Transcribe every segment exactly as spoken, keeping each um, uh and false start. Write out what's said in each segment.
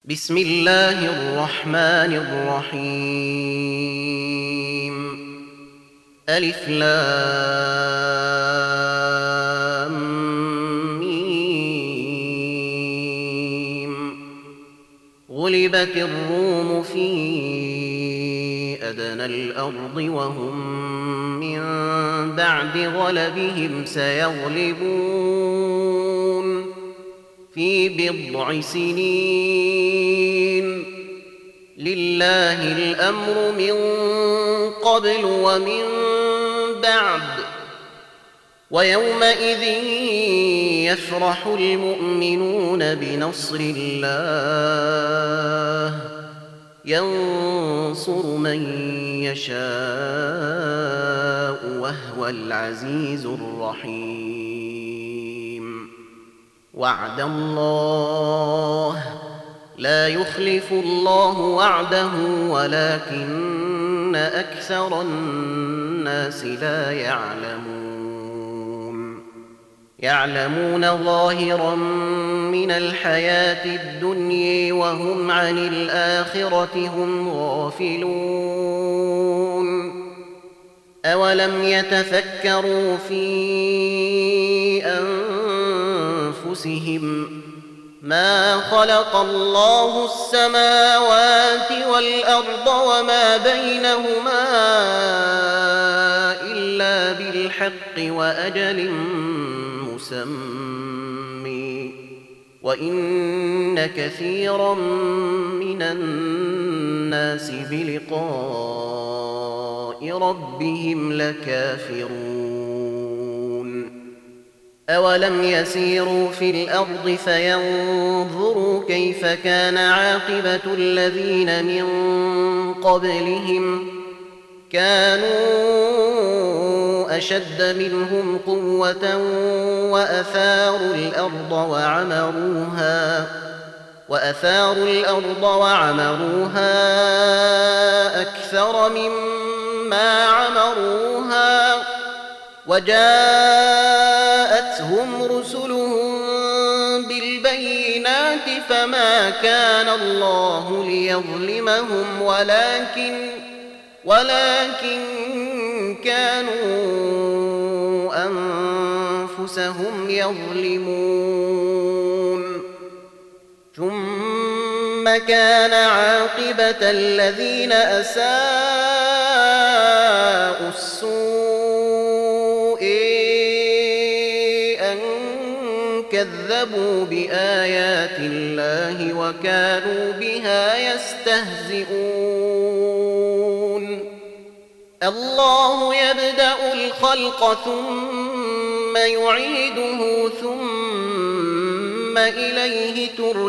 بسم الله الرحمن الرحيم. ألف لام ميم. غلبت الروم في أدنى الأرض وهم من بعد غلبهم سيغلبون في بضع سنين. لله الأمر من قبل ومن بعد، ويومئذ يفرح المؤمنون بنصر الله ينصر من يشاء وهو العزيز الرحيم. وعد الله لا يخلف الله وعده ولكن أكثر الناس لا يعلمون. يعلمون ظاهرا من الحياة الدنيا وهم عن الآخرة هم غافلون. أولم يتفكروا في أنفسهم ما خلق الله السماوات والأرض وما بينهما إلا بالحق وأجل مسمى وإن كثيرا من الناس بلقاء ربهم لكافرون. أولم يسيروا في الأرض فينظروا كيف كان عاقبة الذين من قبلهم كانوا أشد منهم قوة وأثاروا الأرض وعمروها وأثاروا الأرض وعمروها أكثر مما عمروها وجاءتهم رسلهم بالبينات فما كان الله ليظلمهم ولكن ولكن كانوا أنفسهم يظلمون. ثم كان عاقبة الذين أساءوا السوء أن كذبوا بآيات الله وكانوا بها يستهزئون. الله يبدأ الخلق ثم يعيده ثم إليه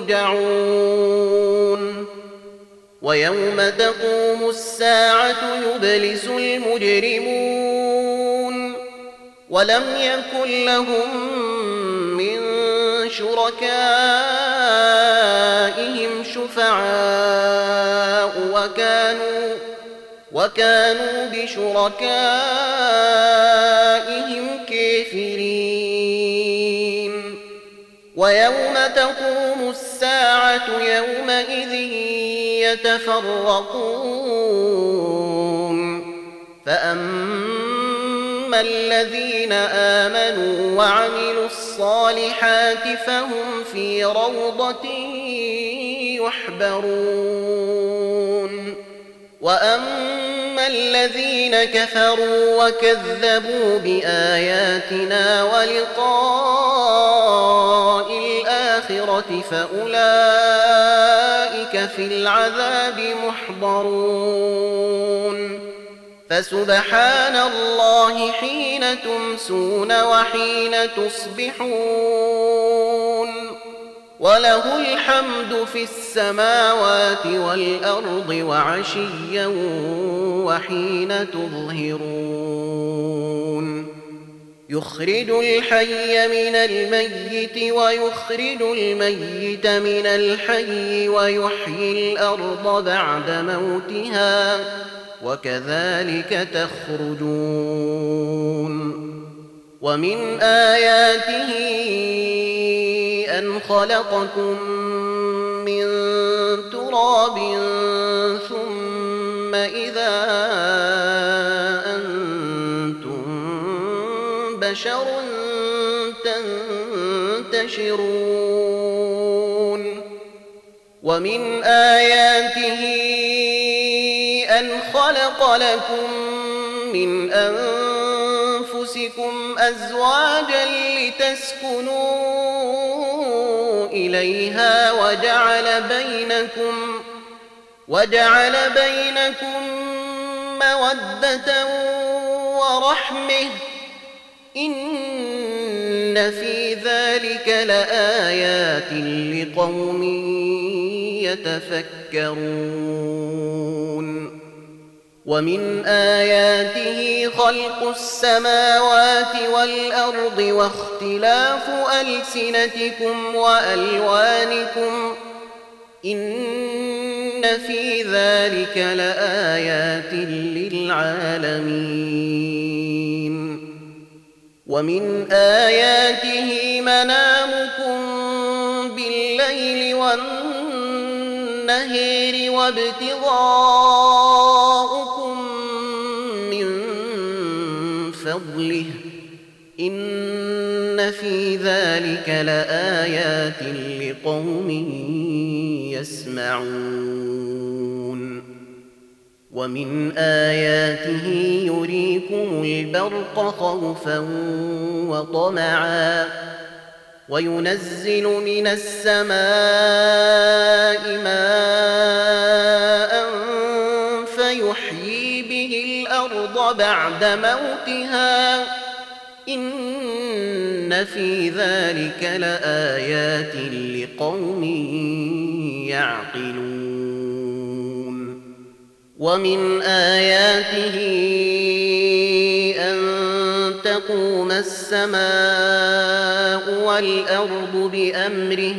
ترجعون. ويوم تقوم الساعة يبلس المجرمون ولم يكن لهم من شركائهم شفعاء وكانوا وكانوا بشركائهم كافرين. ويوم تقوم الساعة يومئذ يتفرقون فأما الذين آمنوا وعملوا الصالحات فهم في روضة يحبرون. وأما الذين كفروا وكذبوا بآياتنا ولقاء الآخرة فأولئك في العذاب محضرون. فسبحان الله حين تمسون وحين تصبحون وله الحمد في السماوات والأرض وعشيا وحين تظهرون. يخرج الحي من الميت ويخرج الميت من الحي ويحيي الأرض بعد موتها وكذلك تخرجون. ومن آياته أن خلقكم من إذا أنتم بشر تنتشرون ومن آياته أن خلق لكم من أنفسكم أزواجا لتسكنوا إليها وجعل بينكم وجعل بينكم مودة ورحمة إن في ذلك لآيات لقوم يتفكرون ومن آياته خلق السماوات والأرض واختلاف ألسنتكم وألوانكم إن في ذلك لآيات للعالمين ومن آياته منامكم بالليل والنهار وابتغاؤكم من فضله إن في ذلك لآيات لقوم يسمعون ومن آياته يريكم البرق خوفا وطمعا وينزل من السماء ماء فيحيي به الأرض بعد موتها إن في ذلك لآيات لقوم يعقلون ومن آياته أن تقوم السماء والأرض بأمره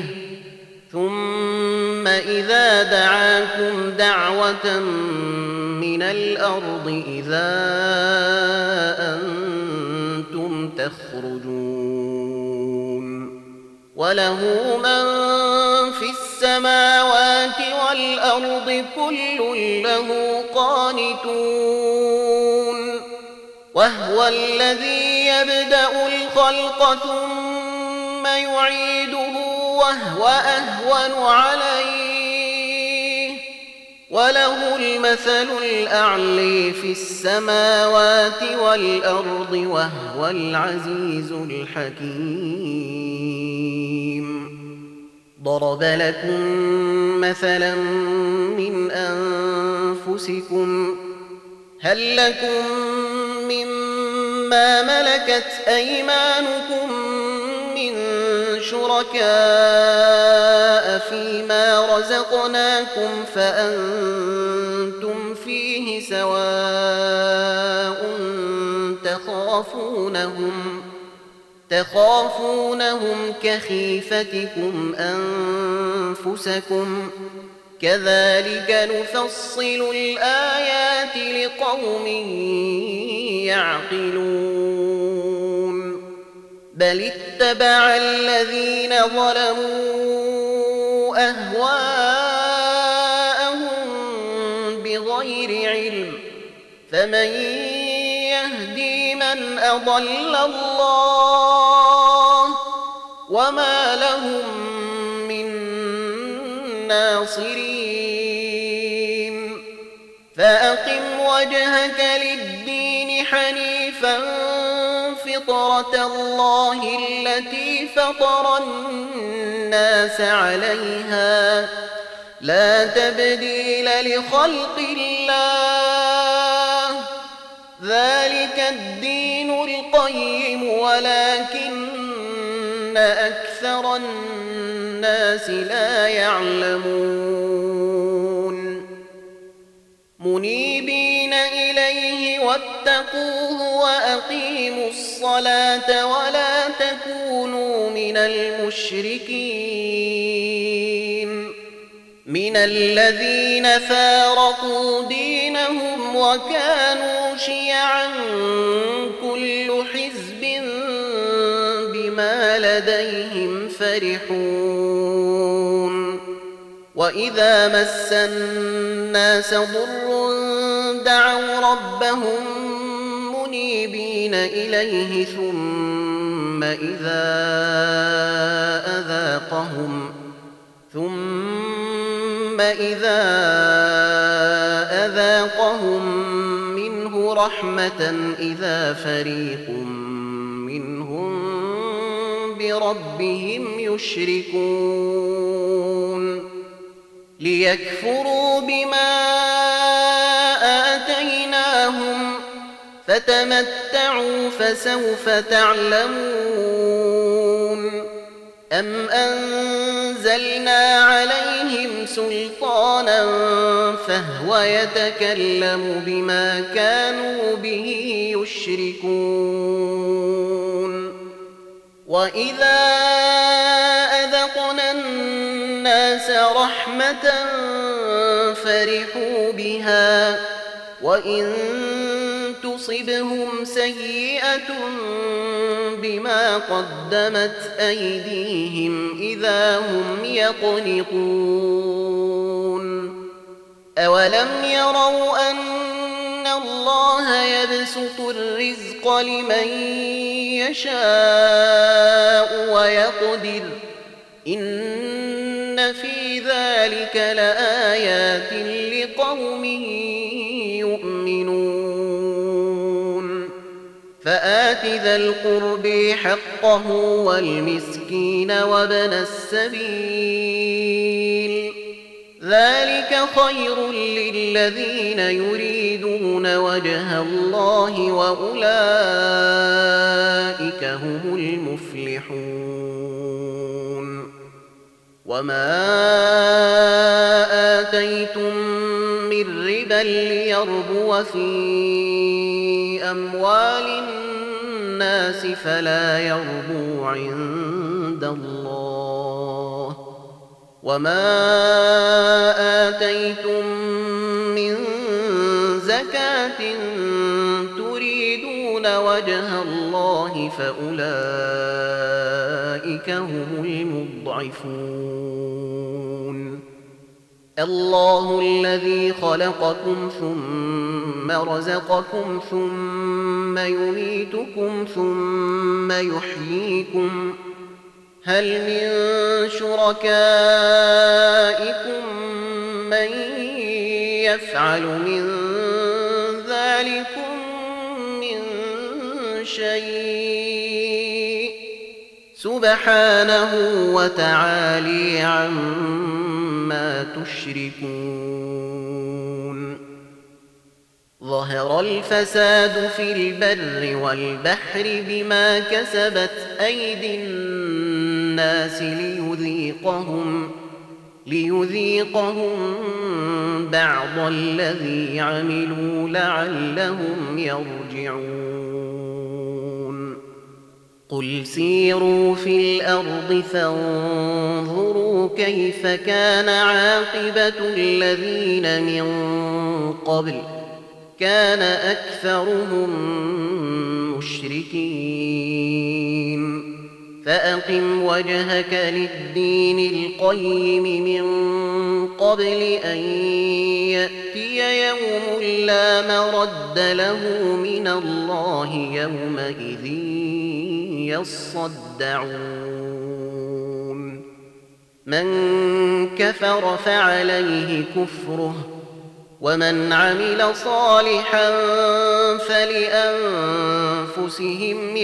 ثم إذا دعاكم دعوة من الأرض إذا أنتم تخرجون وله من في السماوات والأرض كل له قانتون وهو الذي يبدأ الخلق ثم يعيده وهو أهون عليه وله المثل الأعلى في السماوات والأرض وهو العزيز الحكيم ضرب لكم مثلا من أنفسكم هل لكم مما ملكت أيمانكم من شركاء فيما رزقناكم فأنتم فيه سواء تخافونهم تخافونهم كخيفتكم أنفسكم كذلك نفصل الآيات لقوم يعقلون بل اتبع الذين ظلموا أهواءهم بغير علم فمن يهدي من أضل الله وما لهم من ناصرين فأقم وجهك للدين حنيفا فطرة الله التي فطر الناس عليها لا تبديل لخلق الله ذلك الدين القيم ولكن أكثر الناس لا يعلمون منيبين إليه واتقوه وأقيموا الصلاة ولا تكونوا من المشركين من الذين فارقوا دينهم وكانوا شيعا كل حزب بما لديهم فرحون وإذا مس الناس ضر دعوا ربهم منيبين إليه ثم إذا أذاقهم ثم إذا أذاقهم منه رحمة إذا فريق منهم بربهم يشركون ليكفروا بما آتيناهم فتمتعوا فسوف تعلمون أم أنزلنا عليهم سلطانا فهو يتكلم بما كانوا به يشركون وإذا أذقنا الناس رحمة فرحوا بها وإن تصبهم سيئة بما قدمت أيديهم إذا هم يقنطون أولم يروا أن الله يبسط الرزق لمن يشاء ويقدر إن في ذلك لآيات لقوم يؤمنون فآت ذا القرب حقه والمسكين وابن السبيل ذلك خير للذين يريدون وجه الله وأولئك هم المفلحون وما آتيتم من ربا ليربو في أموال الناس فلا يربو عند الله وما آتيتم من زكاة تريدون وجه الله فأولئك هم المضعفون الله الذي خلقكم ثم رزقكم ثم يميتكم ثم يحييكم هل من شركائكم من يفعل من ذلكم من شيء سبحانه وتعالى عما تشركون ظهر الفساد في البر والبحر بما كسبت أيدي الناس ليذيقهم ليذيقهم بعض الذي عملوا لعلهم يرجعون قل سيروا في الأرض فانظروا كيف كان عاقبة الذين من قبل كان أكثرهم مشركين فأقم وجهك للدين القيم من قبل أن يأتي يوم لا مرد له من الله يومئذ يصدعون من كفر فعليه كفره ومن عمل صالحا فلأنفسهم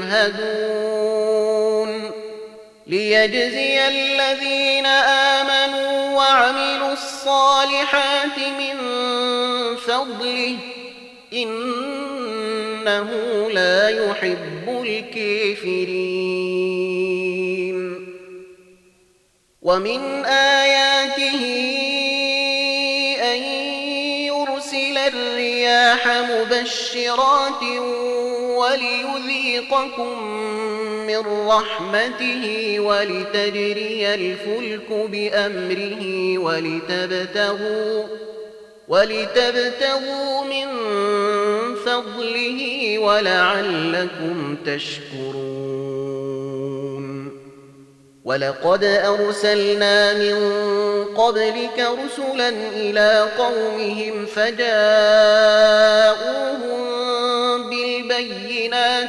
يمهدون ليجزي الذين آمنوا وعملوا الصالحات من فضله إنه لا يحب الكافرين ومن آياته الرياح مبشرات وليذيقكم من رحمته ولتجري الفلك بأمره ولتبتغوا ولتبتغوا من فضله ولعلكم تشكرون ولقد أرسلنا من قبلك رسلا إلى قومهم فجاءوهم بالبينات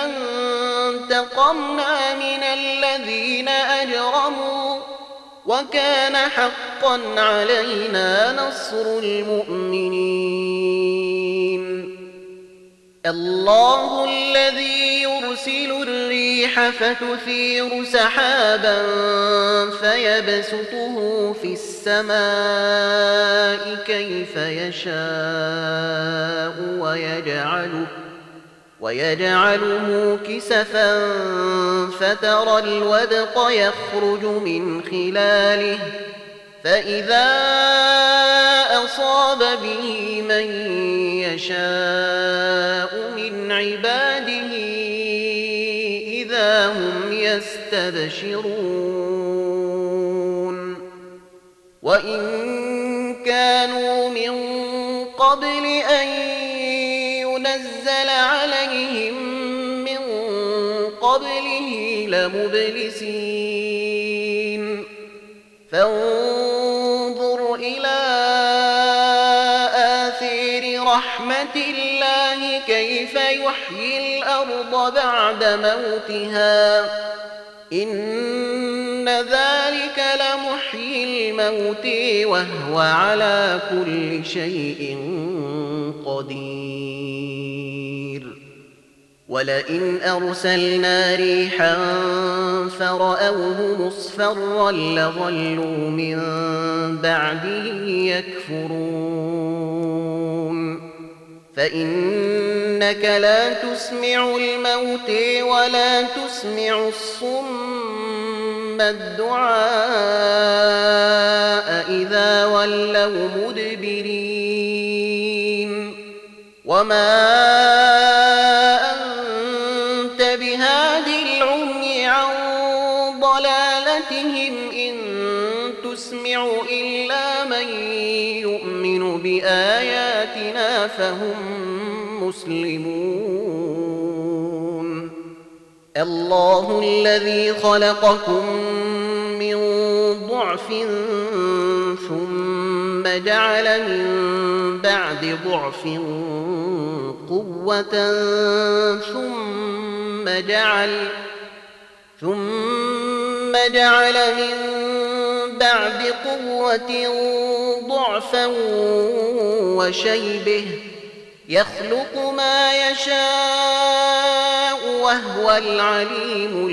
فانتقمنا من الذين أجرموا وكان حقا علينا نصر المؤمنين. الله الذي يرسل الريح فتثير سحابا فيبسطه في السماء كيف يشاء ويجعله ويجعله كسفا فترى الودق يخرج من خلاله فإذا أصاب به من يشاء من عباده إذا هم يستبشرون. وإن كانوا من قبل أن ينزل عليهم من قبله لمبلسين. فانظر إلى آثار رحمة الله كيف يحيي الأرض بعد موتها إن ذلك لمحيي الموت وهو على كل شيء قدير. ولئن أرسلنا ريحا فرأوه مصفرا لظلوا من بعده يكفرون. فإنك لا تسمع الموت ولا تسمع الصم الدعاء إذا ولوا مدبرين. وما أنت بهاد العمي عن ضلالتهم إن تسمع إلا من يؤمن بآياتنا فهم مسلمون. الله الذي خلقكم من ضعف ثم جعل من بعد ضعف قوة ثم جعل ثم جعل من بعد قوة ضعفا وشيبه يخلق ما يشاء وهو العليم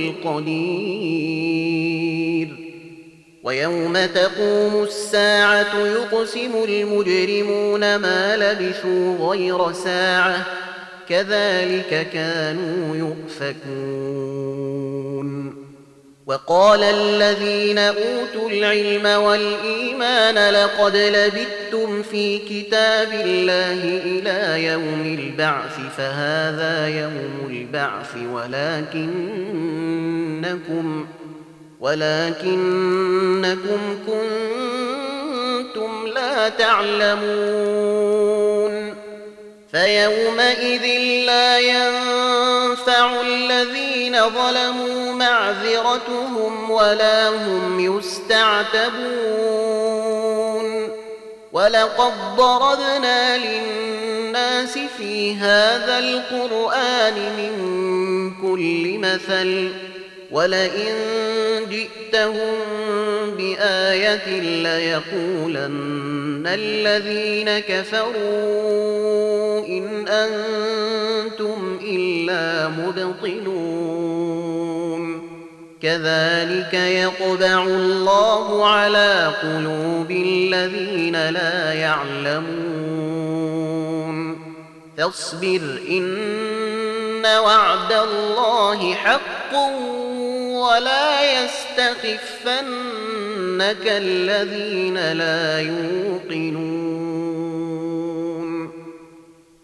القدير. ويوم تقوم الساعة يقسم المجرمون ما لبثوا غير ساعة كذلك كانوا يؤفكون. وقال الذين أوتوا العلم والإيمان لقد لبثتم في كتاب الله إلى يوم البعث فهذا يوم البعث ولكنكم ولكنكم كنتم لا تعلمون. فيومئذ لا ينفع الذين ظلموا معذرتهم ولا هم يستعتبون. ولقد ضربنا للناس في هذا القرآن من كل مثل ولئن جئتهم بآية ليقولن الذين كفروا إن أنتم إلا مبطلون. كذلك يطبع الله على قلوب الذين لا يعلمون. فاصبر إن وعد الله حق ولا يستخفنك الذين لا يوقنون.